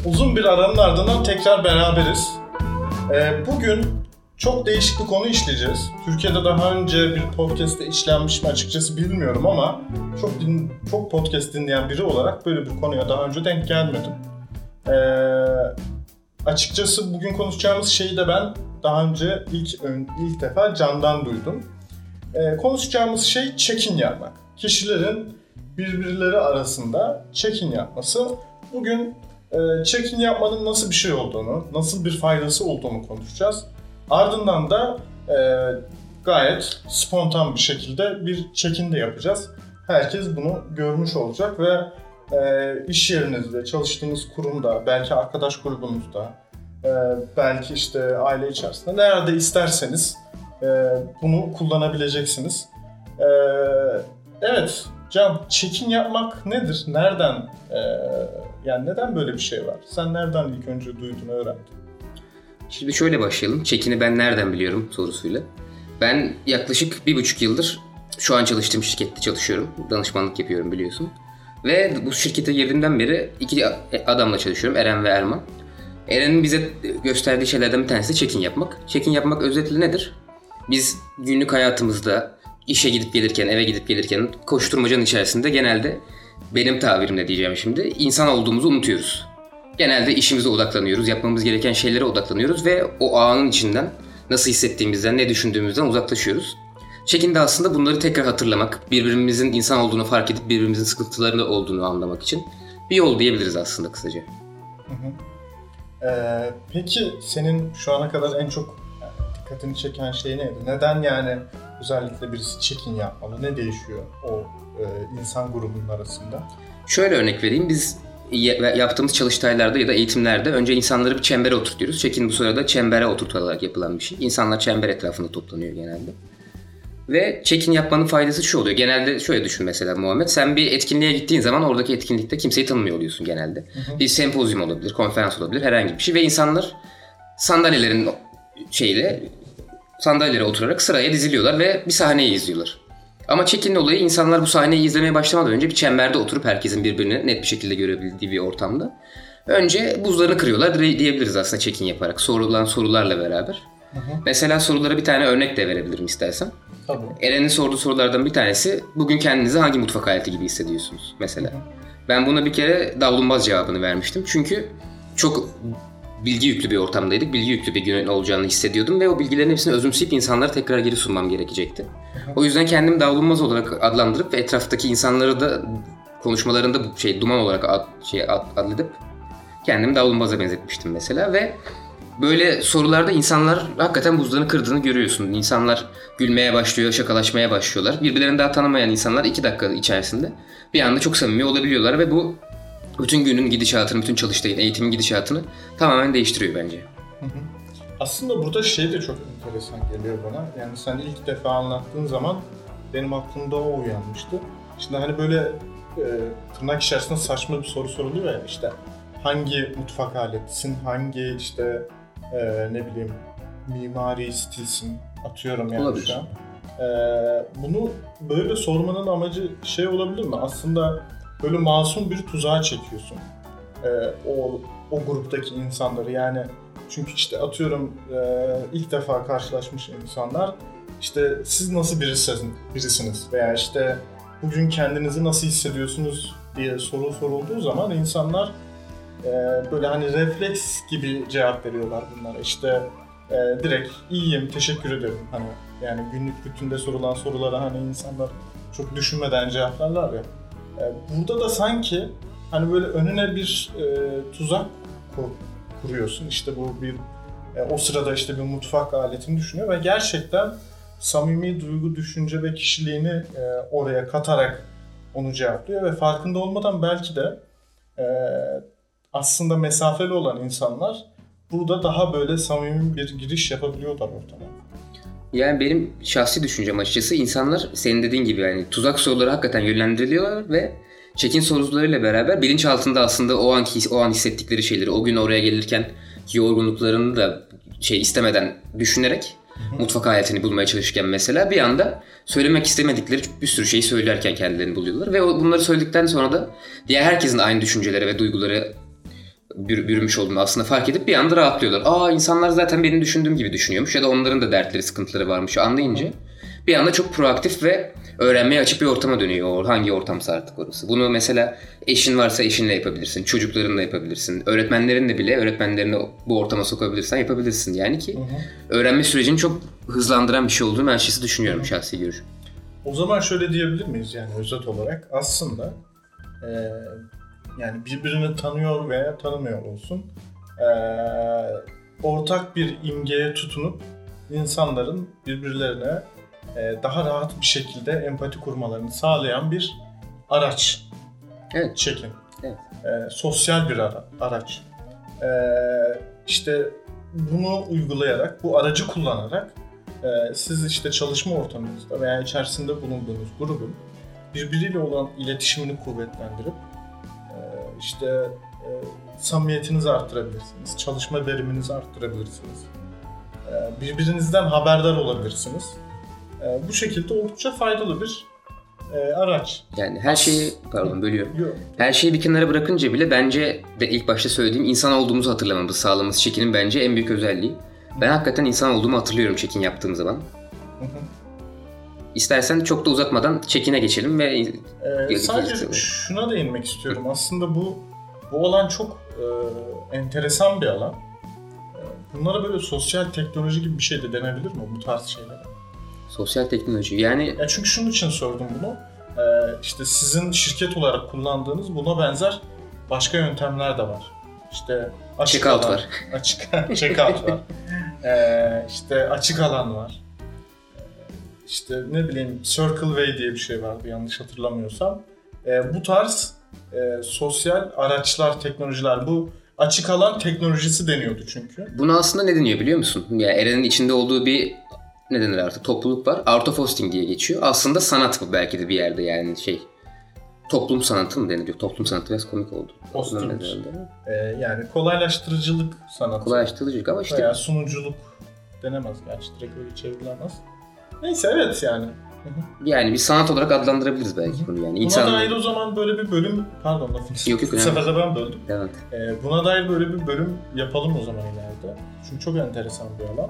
Uzun bir aranın ardından tekrar beraberiz. Bugün çok değişik bir konu işleyeceğiz. Türkiye'de daha önce bir podcast'te işlenmiş mi açıkçası bilmiyorum ama çok podcast dinleyen biri olarak böyle bir konuya daha önce denk gelmedim. Açıkçası bugün konuşacağımız şeyi de ben daha önce ilk defa Can'dan duydum. Konuşacağımız şey check-in yapmak. Kişilerin birbirleri arasında check-in yapması. Bugün check-in yapmanın nasıl bir şey olduğunu, nasıl bir faydası olduğunu konuşacağız. Ardından da gayet spontan bir şekilde bir check-in de yapacağız. Herkes bunu görmüş olacak ve iş yerinizde, çalıştığınız kurumda, belki arkadaş grubunuzda, belki işte aile içerisinde nerede isterseniz bunu kullanabileceksiniz. Evet, Can, check-in yapmak nedir? Nereden? Yani neden böyle bir şey var? Sen nereden ilk önce duydun, öğrendin? Şimdi şöyle başlayalım. Check-in'i ben nereden biliyorum sorusuyla. Ben yaklaşık 1,5 yıldır şu an çalıştığım şirkette çalışıyorum. Danışmanlık yapıyorum biliyorsun. Ve bu şirkete girdiğimden beri 2 adamla çalışıyorum. Eren ve Erman. Eren'in bize gösterdiği şeylerden bir tanesi check-in yapmak. Check-in yapmak özetle nedir? Biz günlük hayatımızda işe gidip gelirken, eve gidip gelirken koşturmacanın içerisinde genelde benim tabirimle diyeceğim şimdi insan olduğumuzu unutuyoruz. Genelde işimize odaklanıyoruz, yapmamız gereken şeylere odaklanıyoruz ve o anın içinden nasıl hissettiğimizden, ne düşündüğümüzden uzaklaşıyoruz. Check-in de aslında bunları tekrar hatırlamak, birbirimizin insan olduğunu fark edip birbirimizin sıkıntılarında olduğunu anlamak için bir yol diyebiliriz aslında kısaca. Peki senin şu ana kadar en çok dikkatini çeken şey neydi? Neden yani özellikle birisi check-in yapmalı? Ne değişiyor o insan grubunun arasında? Şöyle örnek vereyim. Biz yaptığımız çalıştaylarda ya da eğitimlerde önce insanları bir çembere oturtuyoruz. Check-in bu sırada çembere oturtularak yapılan bir şey. İnsanlar çember etrafında toplanıyor genelde. Ve check-in yapmanın faydası şu oluyor. Genelde şöyle düşün mesela Muhammed. Sen bir etkinliğe gittiğin zaman oradaki etkinlikte kimseyi tanımıyor oluyorsun genelde. Hı hı. Bir sempozyum olabilir, konferans olabilir, herhangi bir şey. Ve insanlar sandalyelere oturarak sıraya diziliyorlar ve bir sahneyi izliyorlar. Ama check-in olayı insanlar bu sahneyi izlemeye başlamadan önce bir çemberde oturup herkesin birbirini net bir şekilde görebildiği bir ortamda. Önce buzlarını kırıyorlar diyebiliriz aslında check-in yaparak. Sorulan sorularla beraber. Hı hı. Mesela sorulara bir tane örnek de verebilirim istersen. Tabii. Eren'in sorduğu sorulardan bir tanesi, bugün kendinizi hangi mutfak aleti gibi hissediyorsunuz mesela. Hı hı. Ben buna bir kere davlumbaz cevabını vermiştim. Çünkü çok bilgi yüklü bir ortamdaydık. Bilgi yüklü bir gün olacağını hissediyordum ve o bilgilerin hepsini özümseyip insanlara tekrar geri sunmam gerekecekti. Hı hı. O yüzden kendimi davlumbaz olarak adlandırıp ve etraftaki insanları da konuşmalarında duman olarak adledip kendimi davlumbaza benzetmiştim mesela ve böyle sorularda insanlar hakikaten buzlarını kırdığını görüyorsun. İnsanlar gülmeye başlıyor, şakalaşmaya başlıyorlar. Birbirlerini daha tanımayan insanlar 2 dakika içerisinde bir anda çok samimi olabiliyorlar ve bu bütün günün gidişatını, bütün çalıştığın eğitimin gidişatını tamamen değiştiriyor bence. Hı hı. Aslında burada şey de çok enteresan geliyor bana. Yani sen ilk defa anlattığın zaman benim aklımda o uyanmıştı. Şimdi hani böyle tırnak içerisinde saçma bir soru soruluyor ya işte hangi mutfak aletisin, hangi işte mimari stilsin atıyorum yani olabilir. Şu an. Bunu böyle sormanın amacı şey olabilir mi? Aslında böyle masum bir tuzağa çekiyorsun o gruptaki insanları yani çünkü işte atıyorum ilk defa karşılaşmış insanlar işte siz nasıl birisiniz veya işte bugün kendinizi nasıl hissediyorsunuz diye soru sorulduğu zaman insanlar böyle hani refleks gibi cevap veriyorlar bunlara işte direkt iyiyim teşekkür ederim hani yani günlük rutinde sorulan sorulara hani insanlar çok düşünmeden cevaplarlar ya. Burada da sanki hani böyle önüne bir tuzak kuruyorsun. İşte bu bir o sırada işte bir mutfak aletini düşünüyor ve gerçekten samimi duygu, düşünce ve kişiliğini oraya katarak onu cevaplıyor ve farkında olmadan belki de aslında mesafeli olan insanlar burada daha böyle samimi bir giriş yapabiliyorlar ortama. Yani benim şahsi düşüncem açıkçası insanlar senin dediğin gibi yani tuzak soruları hakikaten yönlendiriliyorlar ve check-in sorularıyla beraber bilinç altında aslında o an hissettikleri şeyleri o gün oraya gelirken yorgunluklarını da istemeden düşünerek mutfak aletini bulmaya çalışırken mesela bir anda söylemek istemedikleri bir sürü şeyi söylerken kendilerini buluyorlar ve bunları söyledikten sonra da diğer herkesin aynı düşüncelere ve duyguları bürümüş olduğunu aslında fark edip bir anda rahatlıyorlar. İnsanlar zaten benim düşündüğüm gibi düşünüyormuş ya da onların da dertleri, sıkıntıları varmış anlayınca bir anda çok proaktif ve öğrenmeye açık bir ortama dönüyor. Hangi ortamsa artık orası. Bunu mesela eşin varsa eşinle yapabilirsin, çocuklarınla yapabilirsin, öğretmenlerinle bile öğretmenlerini bu ortama sokabilirsen yapabilirsin. Yani ki öğrenme sürecini çok hızlandıran bir şey olduğunu ben düşünüyorum şahsi görüşüm. O zaman şöyle diyebilir miyiz yani özet olarak? Aslında yani birbirini tanıyor veya tanımıyor olsun. Ortak bir imgeye tutunup insanların birbirlerine daha rahat bir şekilde empati kurmalarını sağlayan bir araç. Evet. Check-in. Evet. Sosyal bir araç. İşte bunu uygulayarak, bu aracı kullanarak siz işte çalışma ortamınızda veya içerisinde bulunduğunuz grubun birbiriyle olan iletişimini kuvvetlendirip samimiyetinizi arttırabilirsiniz, çalışma veriminizi arttırabilirsiniz, birbirinizden haberdar olabilirsiniz. Bu şekilde oldukça faydalı bir araç. Yani her şeyi, pardon bölüyorum. Yok. Her şeyi bir kenara bırakınca bile bence de ilk başta söylediğim insan olduğumuzu hatırlamamızı sağlaması check-in'in bence en büyük özelliği. Ben hakikaten insan olduğumu hatırlıyorum check-in yaptığım zaman. İstersen çok da uzatmadan check-in'e geçelim ve... sadece şuna değinmek istiyorum. Aslında bu alan çok enteresan bir alan. Bunlara böyle sosyal teknoloji gibi bir şey de denebilir mi bu tarz şeylere? Sosyal teknoloji yani... Çünkü şunun için sordum bunu. İşte sizin şirket olarak kullandığınız buna benzer başka yöntemler de var. İşte check-out var. Check-out var. İşte açık alan var. İşte ne bileyim Circle Way diye bir şey vardı yanlış hatırlamıyorsam. Bu tarz sosyal araçlar, teknolojiler, bu açık alan teknolojisi deniyordu çünkü. Buna aslında ne deniyor biliyor musun? Yani Eren'in içinde olduğu bir ne denir artık topluluk var. Art of Hosting diye geçiyor. Aslında sanat bu belki de bir yerde yani toplum sanatı mı deniliyor? Toplum sanatı biraz komik oldu. Hosting. Yani kolaylaştırıcılık sanatı. Kolaylaştırıcılık ama işte... Veya sunuculuk denemez gerçi direkt öyle çevrilemez. Neyse evet yani. Yani bir sanat olarak adlandırabiliriz belki bunu yani. Buna dair o zaman böyle bir bölüm, pardon lafını bu sefer de ben böldüm. Evet. Buna dair böyle bir bölüm yapalım o zaman ileride. Çünkü çok enteresan bir alan.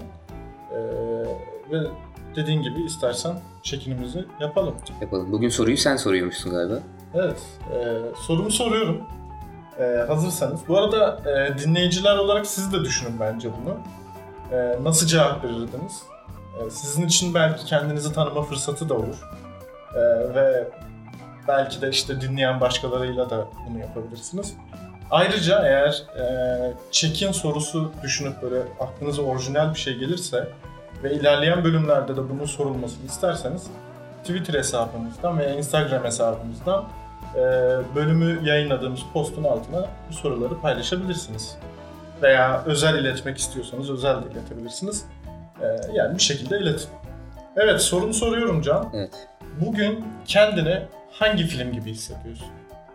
Ve dediğin gibi istersen check-in'imizi yapalım. Yapalım. Bugün soruyu sen soruyormuşsun galiba. Evet. Sorumu soruyorum. Hazırsanız. Bu arada dinleyiciler olarak siz de düşünün bence bunu. Nasıl cevap verirdiniz? Sizin için belki kendinizi tanıma fırsatı da olur. Ve belki de işte dinleyen başkalarıyla da bunu yapabilirsiniz. Ayrıca eğer check-in sorusu düşünüp böyle aklınıza orijinal bir şey gelirse ve ilerleyen bölümlerde de bunun sorulmasını isterseniz Twitter hesabımızdan veya Instagram hesabımızdan bölümü yayınladığımız postun altına bu soruları paylaşabilirsiniz. Veya özel iletmek istiyorsanız özel de iletebilirsiniz. Yani bir şekilde iletin. Evet, sorumu soruyorum Can. Evet. Bugün kendini hangi film gibi hissediyorsun?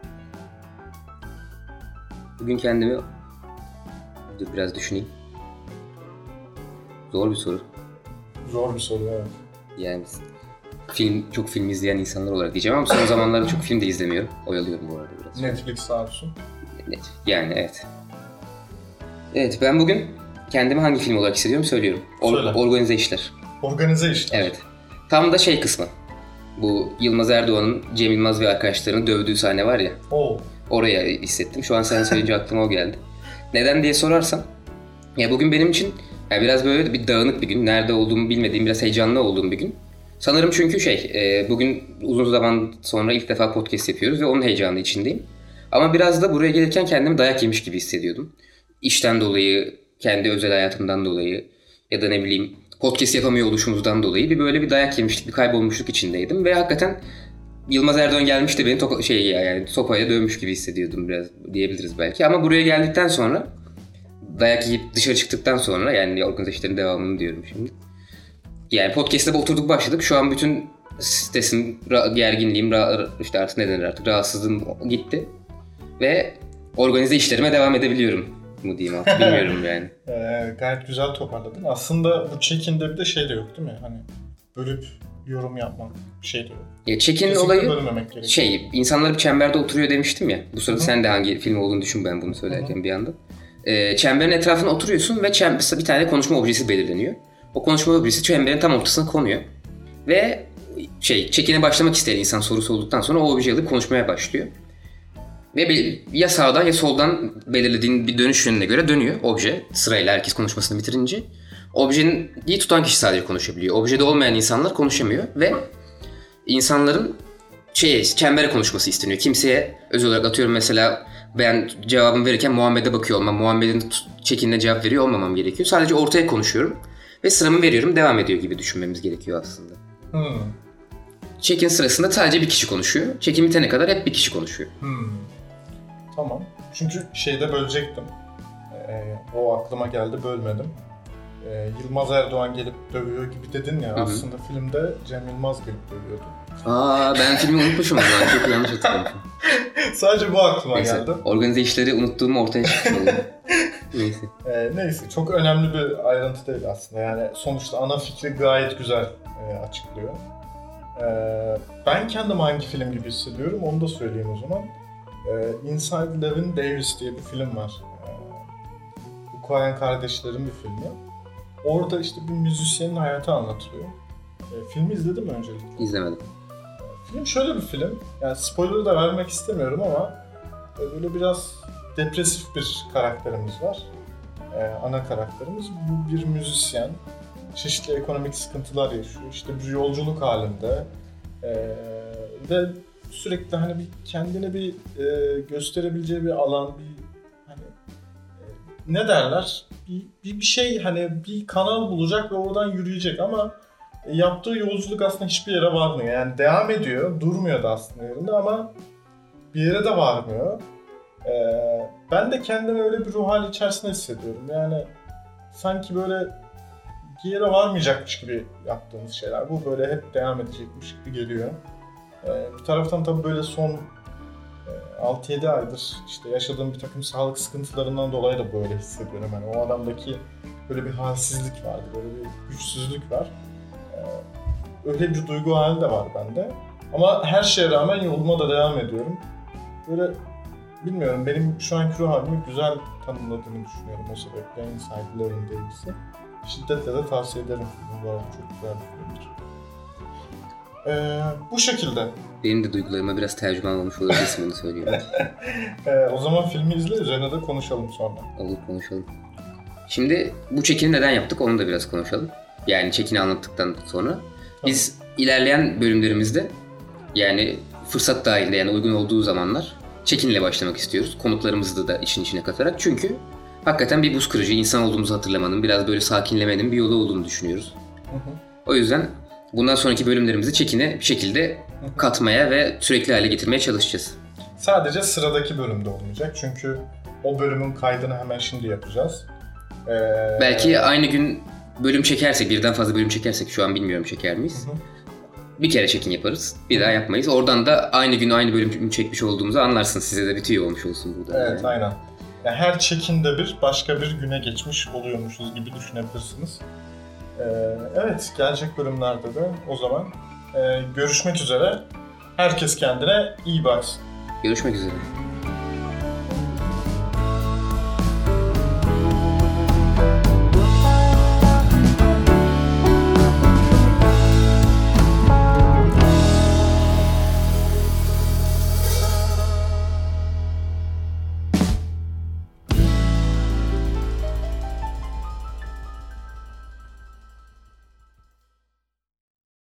Bugün kendimi... Biraz düşüneyim. Zor bir soru. Zor bir soru, evet. Yani çok film izleyen insanlar olarak diyeceğim ama son zamanlarda çok film de izlemiyorum. Oyalıyorum bu arada biraz. Netflix sağ olsun. Yani evet. Evet, ben bugün kendimi hangi film olarak hissediyorum söylüyorum. Organize İşler. Organize İşler. Evet. Tam da kısmı. Bu Yılmaz Erdoğan'ın Cem Yılmaz ve arkadaşlarını dövdüğü sahne var ya. Oraya hissettim. Şu an sen söyleyince aklıma o geldi. Neden diye sorarsan. Ya bugün benim için biraz böyle bir dağınık bir gün. Nerede olduğumu bilmediğim, biraz heyecanlı olduğum bir gün. Sanırım çünkü bugün uzun zaman sonra ilk defa podcast yapıyoruz ve onun heyecanı içindeyim. Ama biraz da buraya gelirken kendimi dayak yemiş gibi hissediyordum. İşten dolayı, kendi özel hayatımdan dolayı ya da ne bileyim podcast yapamıyor oluşumuzdan dolayı bir dayak yemişlik, bir kaybolmuşluk içindeydim ve hakikaten Yılmaz Erdoğan gelmiş de beni sopayla dövmüş gibi hissediyordum biraz diyebiliriz belki. Ama buraya geldikten sonra dayak yiyip dışarı çıktıktan sonra yani organize işlerin devamını diyorum şimdi. Yani podcast'ta oturduk başladık. Şu an bütün stresim, gerginliğim, işte artık ne denir artık rahatsızlığım gitti. Ve organize işlerime devam edebiliyorum mu diyeyim artık bilmiyorum yani. Gayet güzel toparladın. Aslında bu check-in'de bir de de yok değil mi? Hani bölüp yorum yapmak bir şey de yok. Ya check-in olayı insanlar bir çemberde oturuyor demiştim ya. Bu sırada sen de hangi film olduğunu düşün ben bunu söylerken bir anda. Çemberin etrafına oturuyorsun ve bir tane konuşma objesi belirleniyor. O konuşma objesi çemberin tam ortasına konuyor. Ve çekine başlamak isteyen insan sorusu olduktan sonra o objeyi alıp konuşmaya başlıyor. Ve ya sağdan ya soldan belirlediğin bir dönüş yönüne göre dönüyor obje. Sırayla herkes konuşmasını bitirince. Objeyi tutan kişi sadece konuşabiliyor. Objede olmayan insanlar konuşamıyor ve insanların çembere konuşması isteniyor. Kimseye özel olarak atıyorum mesela ben cevabımı verirken Muhammed'e bakıyor olmam, Muhammed'in çekinle cevap veriyor olmamam gerekiyor. Sadece ortaya konuşuyorum ve sıramı veriyorum, devam ediyor gibi düşünmemiz gerekiyor aslında. Çekin sırasında sadece bir kişi konuşuyor. Çekim bitene kadar hep bir kişi konuşuyor. Tamam. Çünkü bölecektim. O aklıma geldi, bölmedim. Yılmaz Erdoğan gelip dövüyor gibi dedin ya. Hı-hı. Aslında filmde Cem Yılmaz gelip dövüyordu. Ben filmi unutmuşum o zaman. Çok yanlış hatırlamışım. Sadece bu aklıma geldi. Organize işleri unuttuğum ortaya çıkmış oldu. Neyse. Neyse. Çok önemli bir ayrıntı değil aslında. Yani sonuçta ana fikri gayet güzel açıklıyor. Ben kendim hangi film gibi hissediyorum onu da söyleyeyim o zaman. Inside Llewyn Davis diye bir film var. Bu Coen kardeşlerin bir filmi. Orada işte bir müzisyenin hayatı anlatılıyor. Filmi izledin mi öncelikle? İzlemedim. Film şöyle bir film. Yani spoiler'ı da vermek istemiyorum ama böyle biraz depresif bir karakterimiz var. Ana karakterimiz. Bu bir müzisyen. Çeşitli ekonomik sıkıntılar yaşıyor. İşte bir yolculuk halinde. Ve sürekli hani kendine bir gösterebileceği bir alan, ne derler? Bir şey hani bir kanal bulacak ve oradan yürüyecek ama yaptığı yolculuk aslında hiçbir yere varmıyor. Yani devam ediyor, durmuyor da aslında yerinde ama bir yere de varmıyor. Ben de kendimi öyle bir ruh hali içerisinde hissediyorum. Yani sanki böyle bir yere varmayacakmış gibi yaptığımız şeyler. Bu böyle hep devam edecekmiş gibi geliyor. Bir taraftan tabii böyle son 6-7 aydır işte yaşadığım bir takım sağlık sıkıntılarından dolayı da böyle hissediyorum. Yani o adamdaki böyle bir halsizlik vardı, böyle bir güçsüzlük var. Öyle bir duygu hali de var bende. Ama her şeye rağmen yoluma da devam ediyorum. Böyle bilmiyorum, benim şu anki ruh halimi güzel tanımladığını düşünüyorum o sebeple Inside Llewyn Davis'i. Şiddetle de tavsiye ederim filmi. Bu arada çok güzel bir filmdir. Bu şekilde. Benim de duygularıma biraz tercüman olmuş olabilirsin, bunu söylüyorum. O zaman filmi izle, üzerine de konuşalım sonra. Olur, konuşalım. Şimdi bu çekini neden yaptık onu da biraz konuşalım. Yani çekini anlattıktan sonra. Biz ilerleyen bölümlerimizde yani fırsat dahilinde yani uygun olduğu zamanlar çekinle başlamak istiyoruz. Konuklarımızı da işin içine katarak. Çünkü hakikaten bir buz kırıcı, insan olduğumuzu hatırlamanın, biraz böyle sakinlemenin bir yolu olduğunu düşünüyoruz. O yüzden bundan sonraki bölümlerimizi çekine bir şekilde katmaya ve sürekli hale getirmeye çalışacağız. Sadece sıradaki bölümde olmayacak çünkü o bölümün kaydını hemen şimdi yapacağız. Belki aynı gün bölüm çekersek, birden fazla bölüm çekersek, şu an bilmiyorum çeker miyiz? Bir kere çekin yaparız, bir daha yapmayız. Oradan da aynı gün aynı bölüm çekmiş olduğumuzu anlarsınız. Size de bir tüyo olmuş olsun burada. Evet, yani. Aynen. Yani her çekinde başka bir güne geçmiş oluyormuşuz gibi düşünebilirsiniz. Evet, gelecek bölümlerde de o zaman görüşmek üzere. Herkes kendine iyi baksın. Görüşmek üzere.